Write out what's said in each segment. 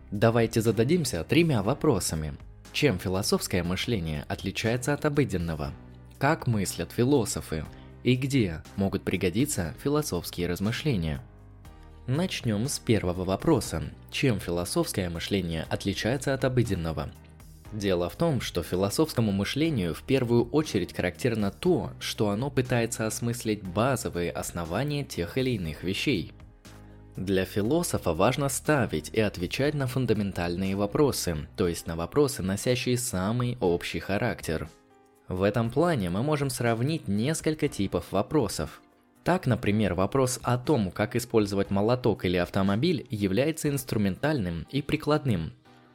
Давайте зададимся тремя вопросами. Чем философское мышление отличается от обыденного? Как мыслят философы? И где могут пригодиться философские размышления? Начнем с первого вопроса. Чем философское мышление отличается от обыденного? Дело в том, что философскому мышлению в первую очередь характерно то, что оно пытается осмыслить базовые основания тех или иных вещей. Для философа важно ставить и отвечать на фундаментальные вопросы, то есть на вопросы, носящие самый общий характер. В этом плане мы можем сравнить несколько типов вопросов. Так, например, вопрос о том, как использовать молоток или автомобиль, является инструментальным и прикладным.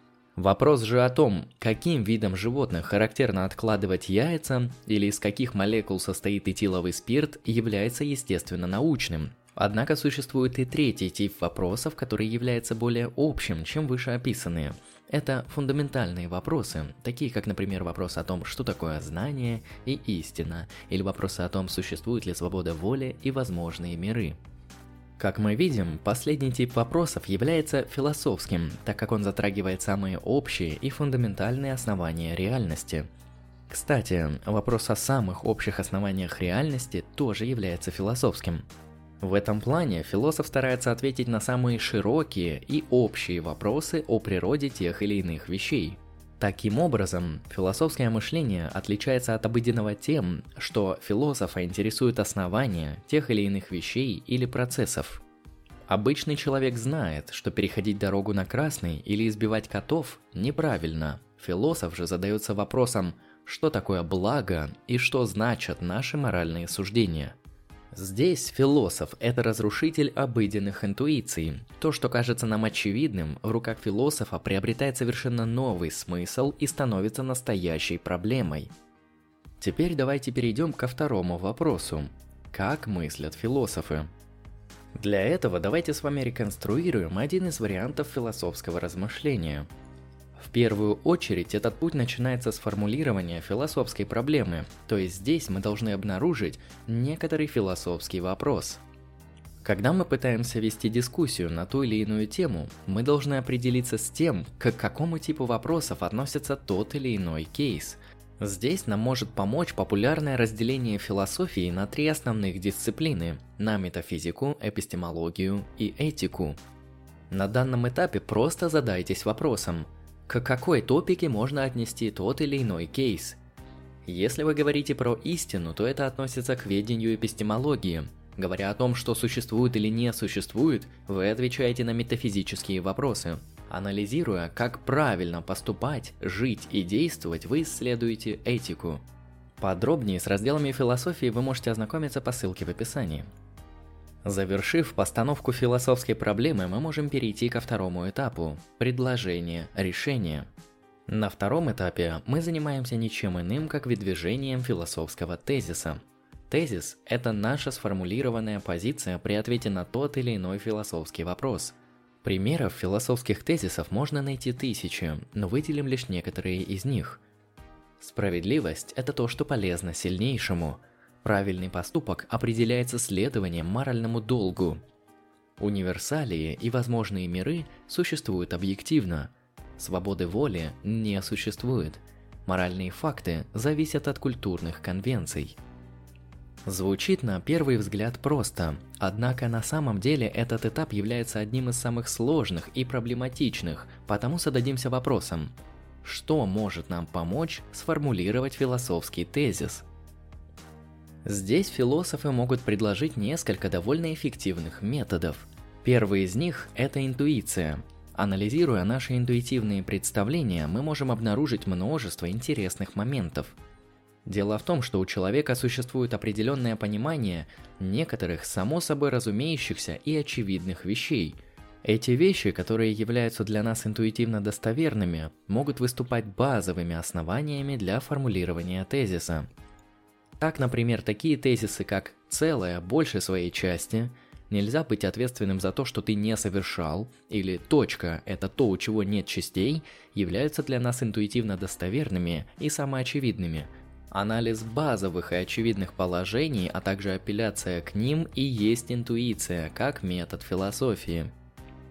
Вопрос же о том, каким видам животных характерно откладывать яйца или из каких молекул состоит этиловый спирт, является естественно научным. Однако существует и третий тип вопросов, который является более общим, чем вышеописанные. Это фундаментальные вопросы, такие как, например, вопрос о том, что такое знание и истина, или вопросы о том, существует ли свобода воли и возможные миры. Как мы видим, последний тип вопросов является философским, так как он затрагивает самые общие и фундаментальные основания реальности. Кстати, вопрос о самых общих основаниях реальности тоже является философским. В этом плане философ старается ответить на самые широкие и общие вопросы о природе тех или иных вещей. Таким образом, философское мышление отличается от обыденного тем, что философа интересуют основания тех или иных вещей или процессов. Обычный человек знает, что переходить дорогу на красный или избивать котов неправильно. Философ же задается вопросом, что такое благо и что значат наши моральные суждения. Здесь философ – это разрушитель обыденных интуиций. То, что кажется нам очевидным, в руках философа приобретает совершенно новый смысл и становится настоящей проблемой. Теперь давайте перейдем ко второму вопросу. Как мыслят философы? Для этого давайте с вами реконструируем один из вариантов философского размышления. В первую очередь этот путь начинается с формулирования философской проблемы, то есть здесь мы должны обнаружить некоторый философский вопрос. Когда мы пытаемся вести дискуссию на ту или иную тему, мы должны определиться с тем, к какому типу вопросов относится тот или иной кейс. Здесь нам может помочь популярное разделение философии на три основных дисциплины – на метафизику, эпистемологию и этику. На данном этапе просто задайтесь вопросом, к какой топике можно отнести тот или иной кейс. Если вы говорите про истину, то это относится к ведению эпистемологии. Говоря о том, что существует или не существует, вы отвечаете на метафизические вопросы. Анализируя, как правильно поступать, жить и действовать, вы исследуете этику. Подробнее с разделами философии вы можете ознакомиться по ссылке в описании. Завершив постановку философской проблемы, мы можем перейти ко второму этапу – предложение решения. На втором этапе мы занимаемся ничем иным, как выдвижением философского тезиса. Тезис – это наша сформулированная позиция при ответе на тот или иной философский вопрос. Примеров философских тезисов можно найти тысячи, но выделим лишь некоторые из них. Справедливость – это то, что полезно сильнейшему. Правильный поступок определяется следованием моральному долгу. Универсалии и возможные миры существуют объективно. Свободы воли не существует. Моральные факты зависят от культурных конвенций. Звучит на первый взгляд просто, однако на самом деле этот этап является одним из самых сложных и проблематичных, потому зададимся вопросом, что может нам помочь сформулировать философский тезис? Здесь философы могут предложить несколько довольно эффективных методов. Первый из них – это интуиция. Анализируя наши интуитивные представления, мы можем обнаружить множество интересных моментов. Дело в том, что у человека существует определенное понимание некоторых само собой разумеющихся и очевидных вещей. Эти вещи, которые являются для нас интуитивно достоверными, могут выступать базовыми основаниями для формулирования тезиса. Так, например, такие тезисы, как «целое больше своей части», «нельзя быть ответственным за то, что ты не совершал», или «точка – это то, у чего нет частей», являются для нас интуитивно достоверными и самоочевидными. Анализ базовых и очевидных положений, а также апелляция к ним и есть интуиция, как метод философии.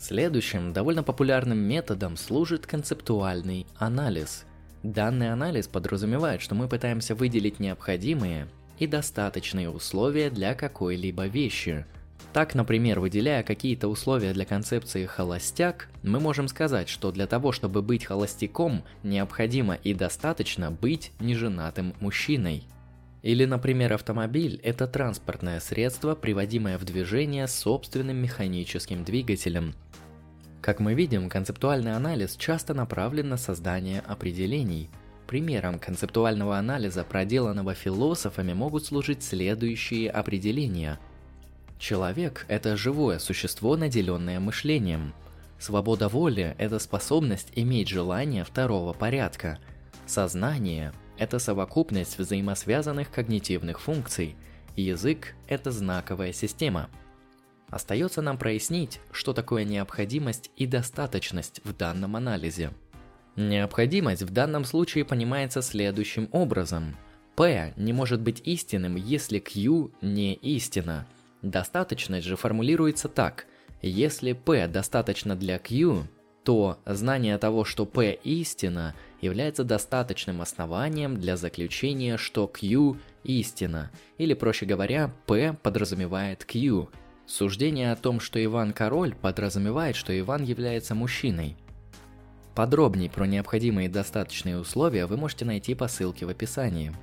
Следующим довольно популярным методом служит концептуальный анализ. Данный анализ подразумевает, что мы пытаемся выделить необходимые и достаточные условия для какой-либо вещи. Так, например, выделяя какие-то условия для концепции «холостяк», мы можем сказать, что для того, чтобы быть холостяком, необходимо и достаточно быть неженатым мужчиной. Или, например, автомобиль – это транспортное средство, приводимое в движение собственным механическим двигателем. Как мы видим, концептуальный анализ часто направлен на создание определений. Примером концептуального анализа, проделанного философами, могут служить следующие определения. Человек – это живое существо, наделенное мышлением. Свобода воли – это способность иметь желания второго порядка. Сознание – это совокупность взаимосвязанных когнитивных функций. Язык – это знаковая система. Остается нам прояснить, что такое необходимость и достаточность в данном анализе. Необходимость в данном случае понимается следующим образом. P не может быть истинным, если Q не истина. Достаточность же формулируется так. Если P достаточно для Q, то знание того, что P истина, является достаточным основанием для заключения, что Q истина. Или, проще говоря, P подразумевает Q. Суждение о том, что Иван король, подразумевает, что Иван является мужчиной. Подробнее про необходимые и достаточные условия вы можете найти по ссылке в описании.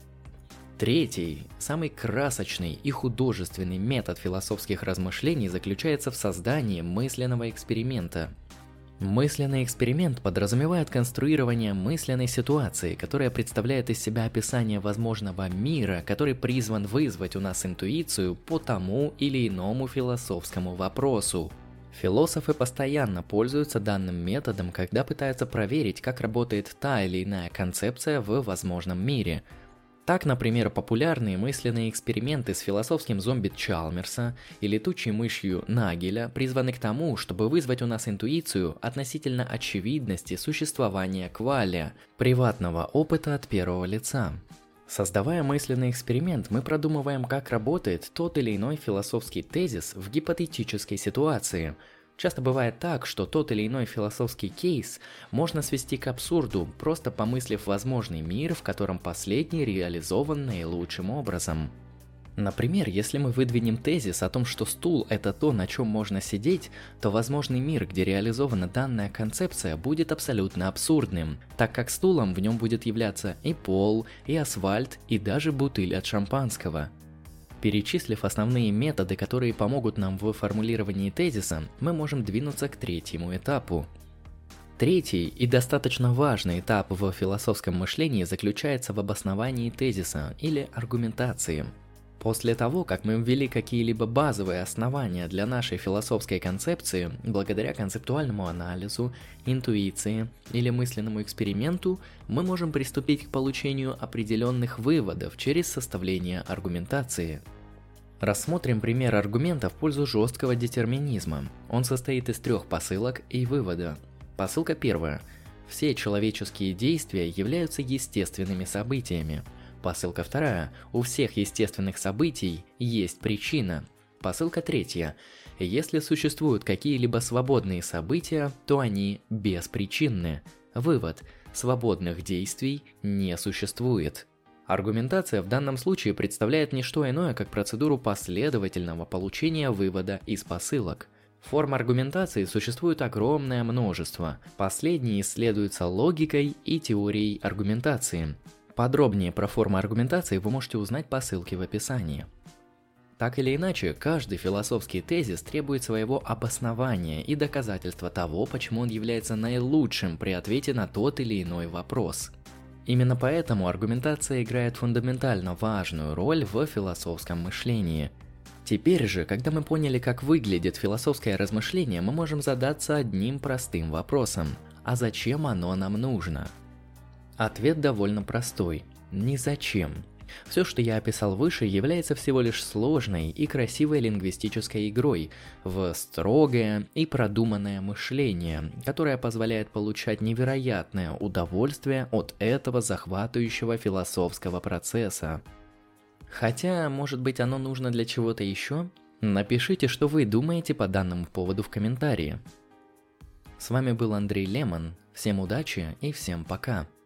Третий, самый красочный и художественный метод философских размышлений заключается в создании мысленного эксперимента. Мысленный эксперимент подразумевает конструирование мысленной ситуации, которая представляет из себя описание возможного мира, который призван вызвать у нас интуицию по тому или иному философскому вопросу. Философы постоянно пользуются данным методом, когда пытаются проверить, как работает та или иная концепция в возможном мире. Так, например, популярные мысленные эксперименты с философским зомби Чалмерса и летучей мышью Нагеля призваны к тому, чтобы вызвать у нас интуицию относительно очевидности существования кваля, приватного опыта от первого лица. Создавая мысленный эксперимент, мы продумываем, как работает тот или иной философский тезис в гипотетической ситуации. Часто бывает так, что тот или иной философский кейс можно свести к абсурду, просто помыслив возможный мир, в котором последний реализован наилучшим образом. Например, если мы выдвинем тезис о том, что стул – это то, на чем можно сидеть, то возможный мир, где реализована данная концепция, будет абсолютно абсурдным, так как стулом в нем будет являться и пол, и асфальт, и даже бутыль от шампанского. Перечислив основные методы, которые помогут нам в формулировании тезиса, мы можем двинуться к третьему этапу. Третий и достаточно важный этап в философском мышлении заключается в обосновании тезиса или аргументации. После того, как мы ввели какие-либо базовые основания для нашей философской концепции, благодаря концептуальному анализу, интуиции или мысленному эксперименту, мы можем приступить к получению определенных выводов через составление аргументации. Рассмотрим пример аргумента в пользу жесткого детерминизма. Он состоит из 3 посылок и вывода. Посылка первая. Все человеческие действия являются естественными событиями. Посылка вторая. У всех естественных событий есть причина. Посылка третья. Если существуют какие-либо свободные события, то они беспричинны. Вывод. Свободных действий не существует. Аргументация в данном случае представляет не что иное, как процедуру последовательного получения вывода из посылок. Форм аргументации существует огромное множество. Последние исследуются логикой и теорией аргументации. Подробнее про формы аргументации вы можете узнать по ссылке в описании. Так или иначе, каждый философский тезис требует своего обоснования и доказательства того, почему он является наилучшим при ответе на тот или иной вопрос. Именно поэтому аргументация играет фундаментально важную роль в философском мышлении. Теперь же, когда мы поняли, как выглядит философское размышление, мы можем задаться одним простым вопросом: а зачем оно нам нужно? Ответ довольно простой – ни зачем. Все, что я описал выше, является всего лишь сложной и красивой лингвистической игрой в строгое и продуманное мышление, которое позволяет получать невероятное удовольствие от этого захватывающего философского процесса. Хотя, может быть, оно нужно для чего-то еще? Напишите, что вы думаете по данному поводу в комментарии. С вами был Андрей Лемон. Всем удачи и всем пока.